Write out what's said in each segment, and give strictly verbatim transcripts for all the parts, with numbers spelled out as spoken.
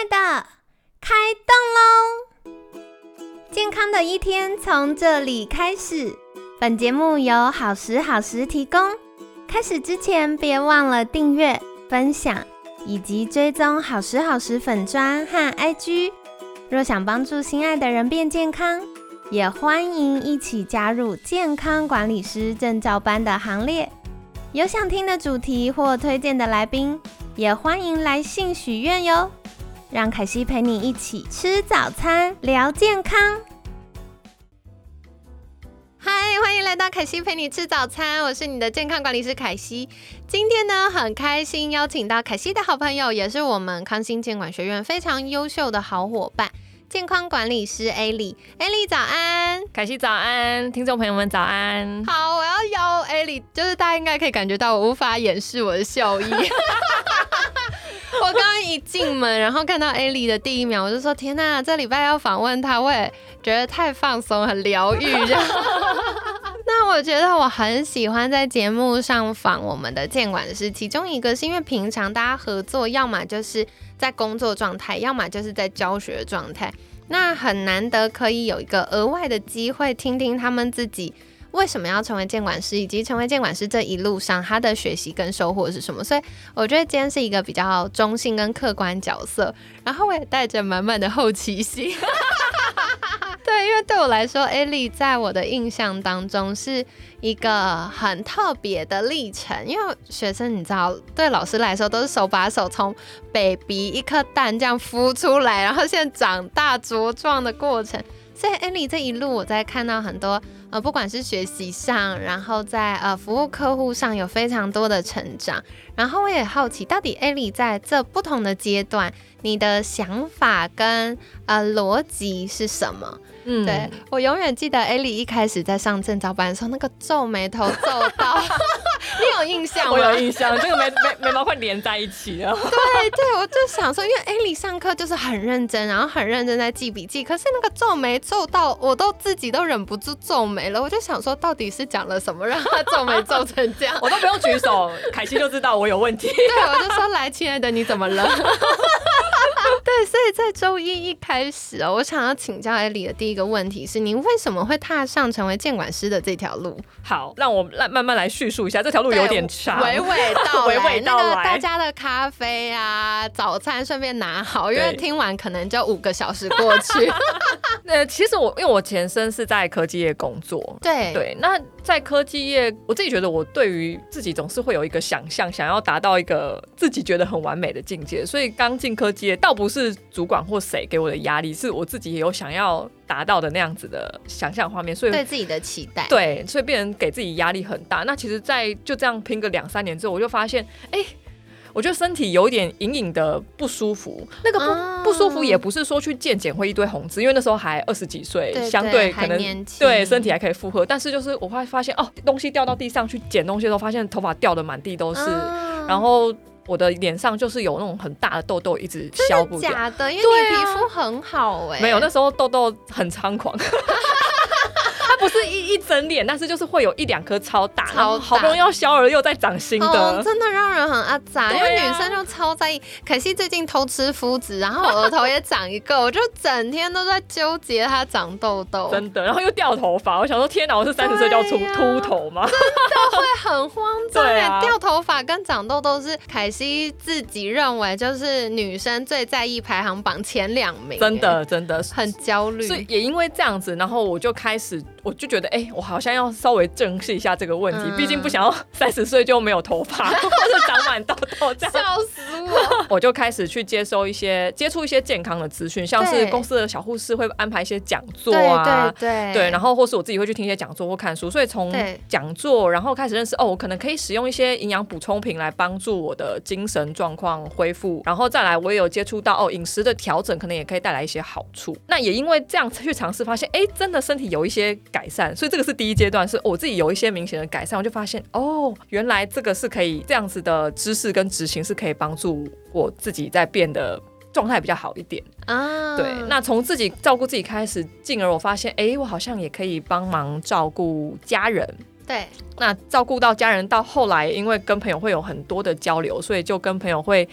的，开动咯！健康的一天从这里开始。本节目由好时好时提供。开始之前别忘了订阅、分享以及追踪好时好时粉专和 I G。 若想帮助心爱的人变健康，也欢迎一起加入健康管理师证照班的行列。有想听的主题或推荐的来宾，也欢迎来信许愿哟。让凯西陪你一起吃早餐，聊健康。嗨，欢迎来到凯西陪你吃早餐，我是你的健康管理师凯西。今天呢，很开心邀请到凯西的好朋友，也是我们康欣健管学院非常优秀的好伙伴，健康管理师 Ellie。Ellie 早安。 凯西早安，听众朋友们早安。 好，我要邀 Ellie， 就是大家应该可以感觉到我无法掩饰我的笑意。我刚刚一进门，然后看到 Ellie 的第一秒，我就说天哪，这礼拜要访问她，我也觉得太放松，很疗愈。那我觉得我很喜欢在节目上访我们的健管师，其中一个是因为平常大家合作，要么就是在工作状态，要么就是在教学状态，那很难得可以有一个额外的机会，听听他们自己为什么要成为健管师，以及成为健管师这一路上他的学习跟收获是什么。所以我觉得今天是一个比较中性跟客观角色，然后我也带着满满的好奇心。对，因为对我来说 Ellie 在我的印象当中是一个很特别的历程，因为学生你知道对老师来说都是手把手从 baby 一颗蛋这样孵出来，然后现在长大茁壮的过程，所以 Ellie 这一路我在看到很多呃，不管是学习上，然后在呃服务客户上有非常多的成长。然后我也好奇，到底 Ellie 在这不同的阶段，你的想法跟呃逻辑是什么？嗯，对，我永远记得 Ellie 一开始在上证照班的时候，那个皱眉头皱到，你有印象吗？ 我有印象，这个眉眉眉毛快连在一起了。 对对，我就想说，因为 Ellie 上课就是很认真，然后很认真在记笔记，可是那个皱眉皱到我都自己都忍不住皱眉了，我就想说，到底是讲了什么让他皱眉皱成这样？ 我都不用举手，凯西就知道我有问题。 对，我就说来，亲爱的，你怎么了？对，所以在周一一开始哦，我想要请教 Ellie 的第一个问题是，你为什么会踏上成为健管师的这条路？ 好，让我慢慢来叙述一下，这条路有点长， 娓娓道来， 娓娓道来。 那个大家的咖啡啊、早餐顺便拿好，因为听完可能就五个小时过去。 呃，其实我因为我前身是在科技业工作， 对对，那在科技业，我自己觉得我对于自己总是会有一个想象，想要达到一个自己觉得很完美的境界，所以刚进科技业，倒不是主管或谁给我的压力，是我自己也有想要达到的那样子的想象画面，所以对自己的期待， 对，所以变成给自己压力很大。那其实，在就这样拼个两三年之后，我就发现，哎、欸。我觉得身体有一点隐隐的不舒服，那个 不,、哦、不舒服也不是说去健检会一堆红字，因为那时候还二十几岁，相对可能对身体还可以负荷，但是就是我会发现哦，东西掉到地上去捡东西的时候，发现头发掉的满地都是，哦、然后我的脸上就是有那种很大的痘痘，一直消不掉。 真的假的？因为你皮肤很好哎、欸啊， 没有，那时候痘痘很猖狂。它不是一一整脸，但是就是会有一两颗超大，然后好不容易要消了又再长新的， 哦、真的让人很阿杂、啊。因为女生就超在意。可惜最近偷吃麸质，然后我额头也长一个，我就整天都在纠结它长痘痘， 真的。然后又掉头发，我想说天哪，我是三十岁就要出秃头吗？ 真的会很慌张、欸啊。 掉头发跟长痘痘是凯西自己认为就是女生最在意排行榜前两名、欸， 真的真的很焦虑。 所以也因为这样子，然后我就开始。我就觉得，哎、欸，我好像要稍微正视一下这个问题，毕、嗯、竟不想要三十岁就没有头发，或者长满痘痘这样。 笑死我！ 我就开始去接收一些、接触一些健康的资讯，像是公司的小护士会安排一些讲座啊， 对对 对, 对，然后或是我自己会去听一些讲座或看书，所以从讲座，然后开始认识哦，我可能可以使用一些营养补充品来帮助我的精神状况恢复，然后再来我也有接触到哦，饮食的调整可能也可以带来一些好处。那也因为这样去尝试，发现哎，真的身体有一些改善，所以这个是第一阶段，是我自己有一些明显的改善，我就发现哦，原来这个是可以这样子的知识跟执行是可以帮助我自己在变得状态比较好一点啊。对，那从自己照顾自己开始，进而我发现，哎，我好像也可以帮忙照顾家人。 对， 那照顾到家人，到后来因为跟朋友会有很多的交流，所以就跟朋友会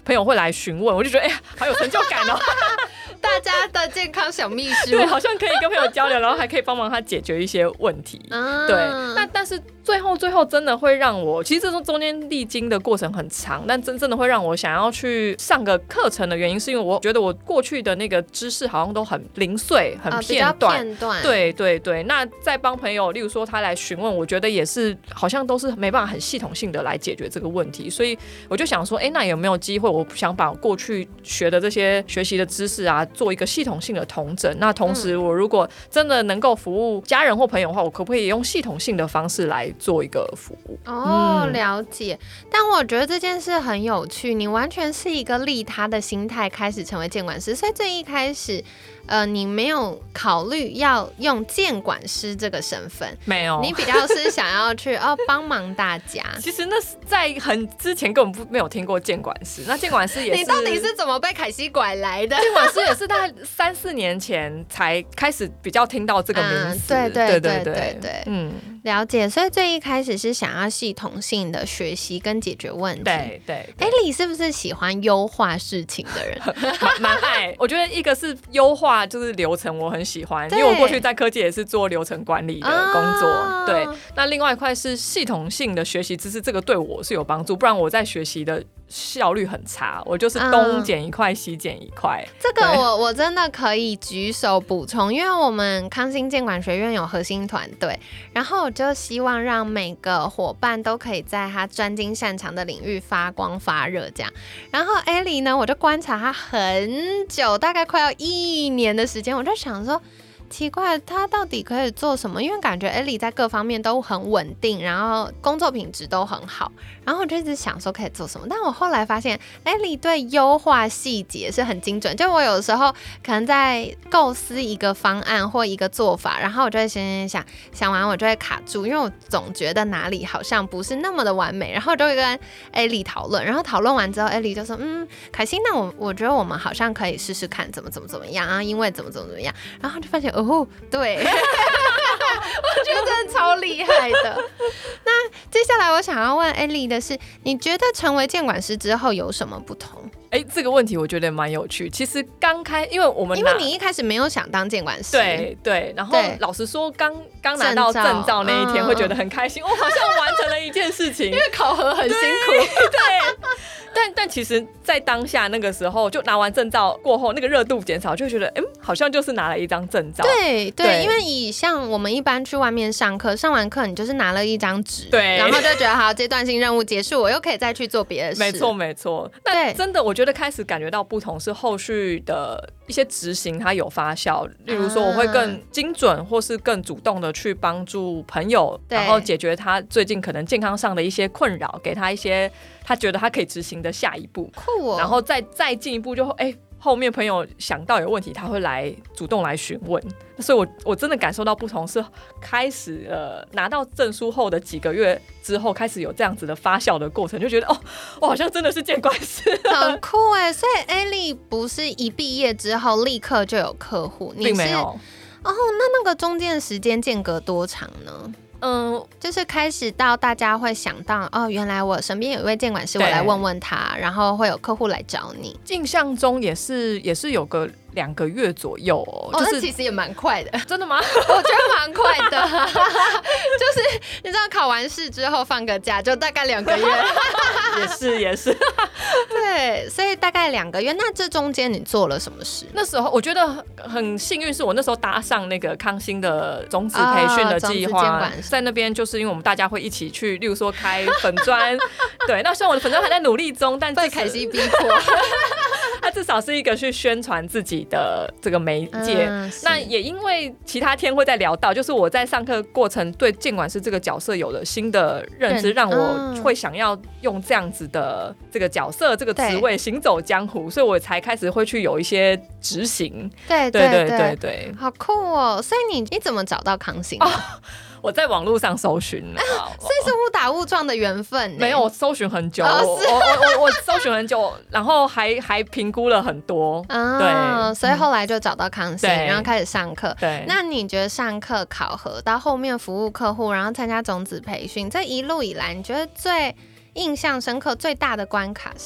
朋友会来询问，我就觉得哎呀，好有成就感哦。 大家的健康小秘书， 对，好像可以跟朋友交流，然后还可以帮忙他解决一些问题。嗯、对，那但是最后最后真的会让我，其实这种中间历经的过程很长，但真正的会让我想要去上个课程的原因，是因为我觉得我过去的那个知识好像都很零碎、很片段。呃、 片段对对对，那在帮朋友，例如说他来询问，我觉得也是好像都是没办法很系统性的来解决这个问题，所以我就想说，哎，那有没有机会，我想把我过去学的这些学习的知识啊，做一个系统性的统整。那同时我如果真的能够服务家人或朋友的话，我可不可以用系统性的方式来做一个服务？ 哦、嗯、了解。但我觉得这件事很有趣，你完全是一个利他的心态开始成为监管师，所以最一开始呃，你没有考虑要用监管师这个身份， 没有， 你比较是想要去哦帮忙大家。 其实那是在很之前根本不没有听过监管师，那监管师也是， 你到底是怎么被凯西拐来的？ 监管师也是大概三四年前才开始比较听到这个名词， 嗯、对对对对对 对, 对, 对，嗯，了解。所以最一开始是想要系统性的学习跟解决问题。 对对， 哎，你是不是喜欢优化事情的人？ 蛮爱，我觉得一个是优化。就是流程我很喜欢，因为我过去在科技也是做流程管理的工作、啊、对。那另外一块是系统性的学习知识，这个对我是有帮助，不然我在学习的效率很差，我就是东捡一块、嗯、西捡一块。 这个我我真的可以举手补充，因为我们康欣监管学院有核心团队，然后我就希望让每个伙伴都可以在他专精擅长的领域发光发热这样。然后 Ellie 呢，我就观察他很久，大概快要一年的时间，我就想说奇怪他到底可以做什么，因为感觉 Ellie 在各方面都很稳定，然后工作品质都很好，然后我就一直想说可以做什么，但我后来发现 Ellie 对优化细节是很精准，就我有时候可能在构思一个方案或一个做法，然后我就会先想想完我就会卡住，因为我总觉得哪里好像不是那么的完美，然后我就会跟 Ellie 讨论，然后讨论完之后 Ellie 就说嗯凯西，那我我觉得我们好像可以试试看怎么怎么怎么样啊，因为怎么怎么怎么样，然后就发现哦，对，我觉得真的超厉害的。那接下来我想要问 Ellie 的是，你觉得成为监管师之后有什么不同？ 哎，这个问题我觉得蛮有趣。其实刚开，因为我们因为你一开始没有想当监管师， 对对。然后老实说，刚刚拿到证照那一天，会觉得很开心，我、嗯哦、好像完成了一件事情， 因为考核很辛苦， 对。对但但其实，在当下那个时候，就拿完证照过后，那个热度减少，就觉得，嗯，好像就是拿了一张证照。 对 对, 对，因为以像我们一般去外面上课，上完课你就是拿了一张纸， 对， 然后就觉得好，阶段性任务结束，我又可以再去做别的事。 没错没错。但真的，我觉得开始感觉到不同是后续的一些执行，它有发酵。例如说，我会更精准，或是更主动的去帮助朋友，然后解决他最近可能健康上的一些困扰，给他一些他觉得他可以执行的下一步。 酷哦。 然后再再进一步就，哎、欸，后面朋友想到有问题，他会来主动来询问。所以我我真的感受到不同是开始呃拿到证书后的几个月之后，开始有这样子的发酵的过程，就觉得哦，我好像真的是监管师， 很酷哎。所以 Ellie 不是一毕业之后立刻就有客户，你是并没有哦。那那个中间的时间间隔多长呢？嗯，就是开始到大家会想到哦，原来我身边有一位监管师，我来问问他，然后会有客户来找你。 印象中也是也是有个两个月左右哦， 哦， 就是那其实也蛮快的。 真的吗？ 我觉得蛮快的，就是你知道考完试之后放个假，就大概两个月。 也是也是， 对，所以大概两个月。那这中间你做了什么事？ 那时候我觉得很幸运，是我那时候搭上那个康欣的种子培训的计划，哦，在那边就是因为我们大家会一起去，例如说开粉专，对，那虽然我的粉专还在努力中，但被凯西逼迫。 它至少是一个去宣传自己的这个媒介，嗯，那也因为其他天会再聊到，就是我在上课过程对监管师这个角色有了新的认知，让我会想要用这样子的这个角色这个职位行走江湖，所以我才开始会去有一些执行。 对对对对, 对, 对好酷哦！所以你你怎么找到康欣的？哦， 我在网络上搜寻了， 啊，所以是误打误撞的缘分。 没有，我搜寻很久， 哦， 我我我我搜寻很久，然后还还评估了很多， 啊，对，所以后来就找到康欣，然后开始上课。 对， 那你觉得上课考核到后面服务客户，然后参加种子培训，这一路以来，你觉得最印象深刻、最大的关卡是什么？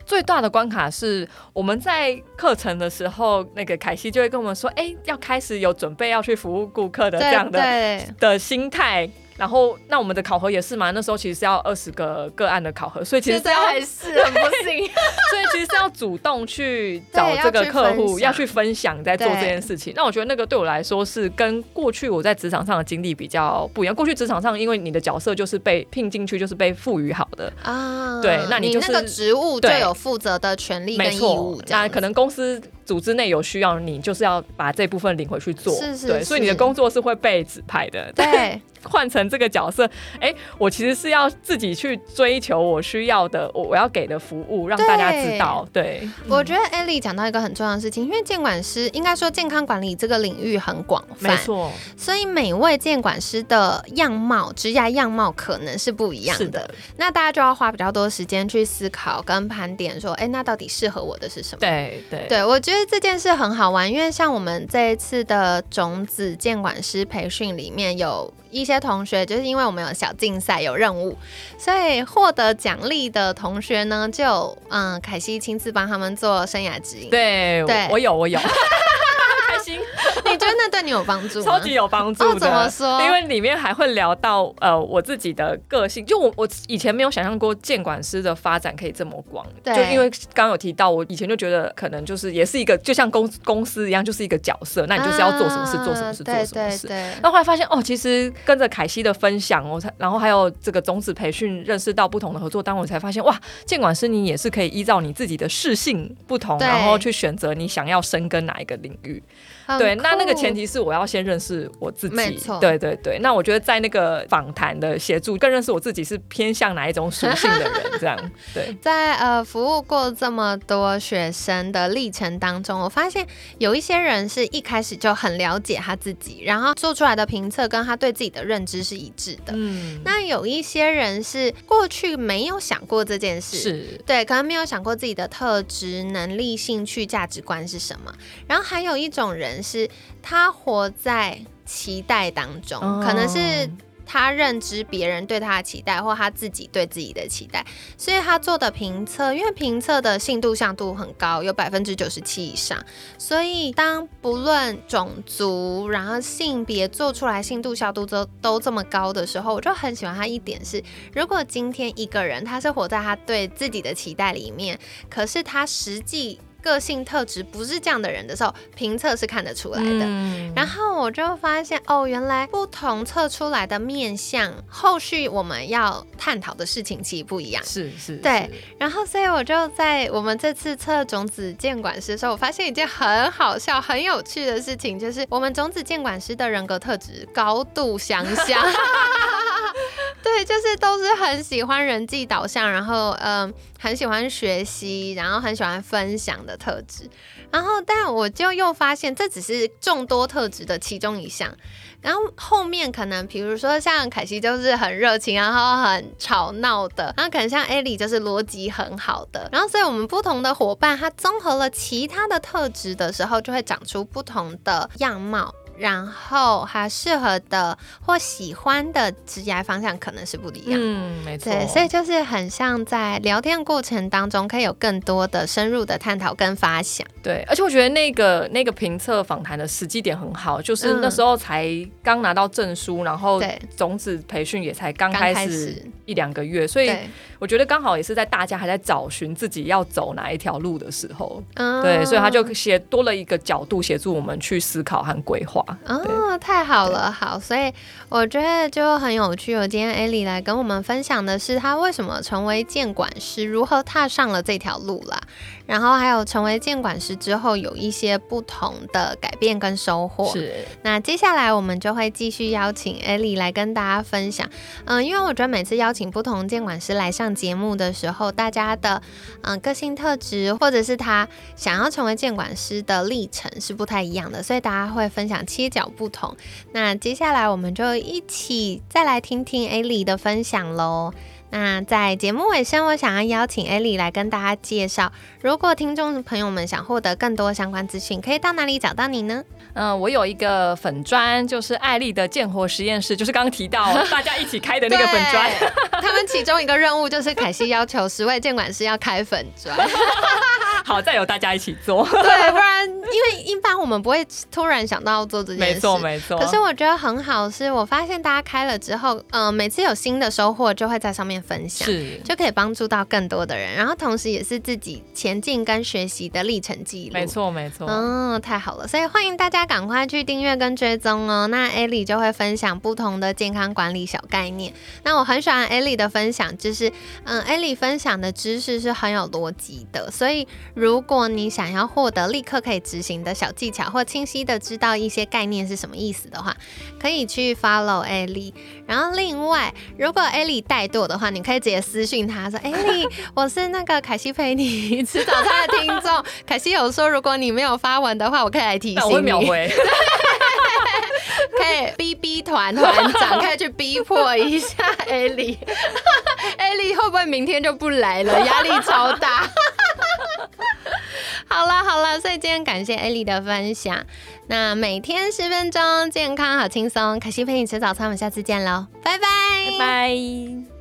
最大的关卡是我们在课程的时候，那个凯西就会跟我们说，哎、欸，要开始有准备要去服务顾客的这样的的心态。然后那我们的考核也是嘛，那时候其实是要二十个个案的考核，所以其实是要还是很不幸所以其实是要主动去找这个客户要去分享在做这件事情。那我觉得那个对我来说是跟过去我在职场上的经历比较不一样。过去职场上因为你的角色就是被聘进去，就是被赋予好的啊，对，那你就是你那个职务就有负责的权利跟义务， 那可能公司组织内有需要，你就是要把这部分领回去做， 是是是， 对，所以你的工作是会被指派的， 对。 换成这个角色，哎、欸，我其实是要自己去追求我需要的，我我要给的服务，让大家知道。对，对我觉得 Ellie 讲到一个很重要的事情，因为监管师应该说健康管理这个领域很广泛， 没错， 所以每位监管师的样貌、职业样貌可能是不一样的。 是的， 那大家就要花比较多时间去思考跟盘点，说，哎、欸，那到底适合我的是什么？ 对对对，我觉得这件事很好玩，因为像我们这一次的种子监管师培训里面有一些同学就是因为我们有小竞赛有任务，所以获得奖励的同学呢，就嗯，凯西亲自帮他们做生涯指引。 对，对，我有，我有。开心， 你觉得那对你有帮助吗？ 超级有帮助的、 哦、怎么说？ 因为里面还会聊到呃我自己的个性，就我我以前没有想象过监管师的发展可以这么广，就因为刚刚有提到，我以前就觉得可能就是也是一个就像公公司一样，就是一个角色，那你就是要做什么事、啊、做什么事做什么事。那后来发现哦，其实跟着凯西的分享，我才然后还有这个种子培训，认识到不同的合作单位，我才发现哇，监管师你也是可以依照你自己的适性不同，然后去选择你想要深耕哪一个领域。对，那那个前提是我要先认识我自己， 没错， 对对对。那我觉得在那个访谈的协助，更认识我自己是偏向哪一种属性的人，这样对。 在呃服务过这么多学生的历程当中，我发现有一些人是一开始就很了解他自己，然后做出来的评测跟他对自己的认知是一致的。嗯，那有一些人是过去没有想过这件事， 是对， 可能没有想过自己的特质、能力、兴趣、价值观是什么。然后还有一种人是他活在期待当中，哦、可能是他认知别人对他的期待，或他自己对自己的期待，所以他做的评测，因为评测的信度向度很高，有百分之九十七以上，所以当不论种族，然后性别做出来信度效度都都这么高的时候，我就很喜欢他一点是，如果今天一个人他是活在他对自己的期待里面，可是他实际个性特质不是这样的人的时候，评测是看得出来的、嗯、然后我就发现哦，原来不同测出来的面向，后续我们要探讨的事情其实不一样， 是是， 对。然后所以我就在我们这次测种子监管师的时候，我发现一件很好笑很有趣的事情，就是我们种子监管师的人格特质高度相像对，就是都是很喜欢人际导向，然后嗯，很喜欢学习，然后很喜欢分享的特质。然后但我就又发现这只是众多特质的其中一项，然后后面可能比如说像凯西就是很热情，然后很吵闹的，然后可能像 Ellie 就是逻辑很好的，然后所以我们不同的伙伴他综合了其他的特质的时候，就会长出不同的样貌，然后还适合的或喜欢的职业方向可能是不一样。 嗯，没错。 对，所以就是很像在聊天过程当中可以有更多的深入的探讨跟发想。 对，而且我觉得那个那个评测访谈的时机点很好，就是那时候才刚拿到证书，嗯、然后种子培训也才刚开始一两个月，所以我觉得刚好也是在大家还在找寻自己要走哪一条路的时候，嗯、对，所以他就写多了一个角度协助我们去思考和规划。 哦，太好了，好，所以我觉得就很有趣。我今天 Ellie 来跟我们分享的是她为什么成为监管师，如何踏上了这条路啦。然后还有成为监管师之后有一些不同的改变跟收获。 是， 那接下来我们就会继续邀请 Ellie 来跟大家分享。嗯，因为我觉得每次邀请不同监管师来上节目的时候，大家的嗯个性特质或者是他想要成为监管师的历程是不太一样的，所以大家会分享切角不同。那接下来我们就一起再来听听 Ellie 的分享咯。 那在节目尾声，我想要邀请 Ellie 来跟大家介绍，如果听众朋友们想获得更多相关资讯，可以到哪里找到你呢？ 嗯、呃，我有一个粉专，就是艾莉的健活实验室，就是刚刚提到大家一起开的那个粉专。 他们其中一个任务就是凯西要求十位监管师要开粉专。 好，再由大家一起做。 对，不然因为一般我们不会突然想到做这件事。 没错没错。 可是我觉得很好，是我发现大家开了之后，呃，每次有新的收获就会在上面分享， 是就可以帮助到更多的人，然后同时也是自己前进跟学习的历程记录。 没错没错。 嗯，太好了，所以欢迎大家赶快去订阅跟追踪哦。那 Ellie 就会分享不同的健康管理小概念。那我很喜欢 Ellie 的分享，就是嗯 ，Ellie 分享的知识是很有逻辑的，所以如果你想要获得立刻可以执行的小技巧，或清晰的知道一些概念是什么意思的话，可以去 follow Ellie。然后另外，如果 Ellie 怠惰的话，你可以直接私讯她说 ：“Ellie， 我是那个凯西陪你吃早餐的听众。凯西有说，如果你没有发文的话，我可以来提醒你。” 那我会秒回。 可以逼逼团团长，可以去逼迫一下 Ellie。Ellie 会不会明天就不来了？压力超大。好了好了，所以今天感谢 Ellie 的分享。那每天十分钟，健康好轻松。凯西陪你吃早餐，我们下次见喽，拜拜拜拜。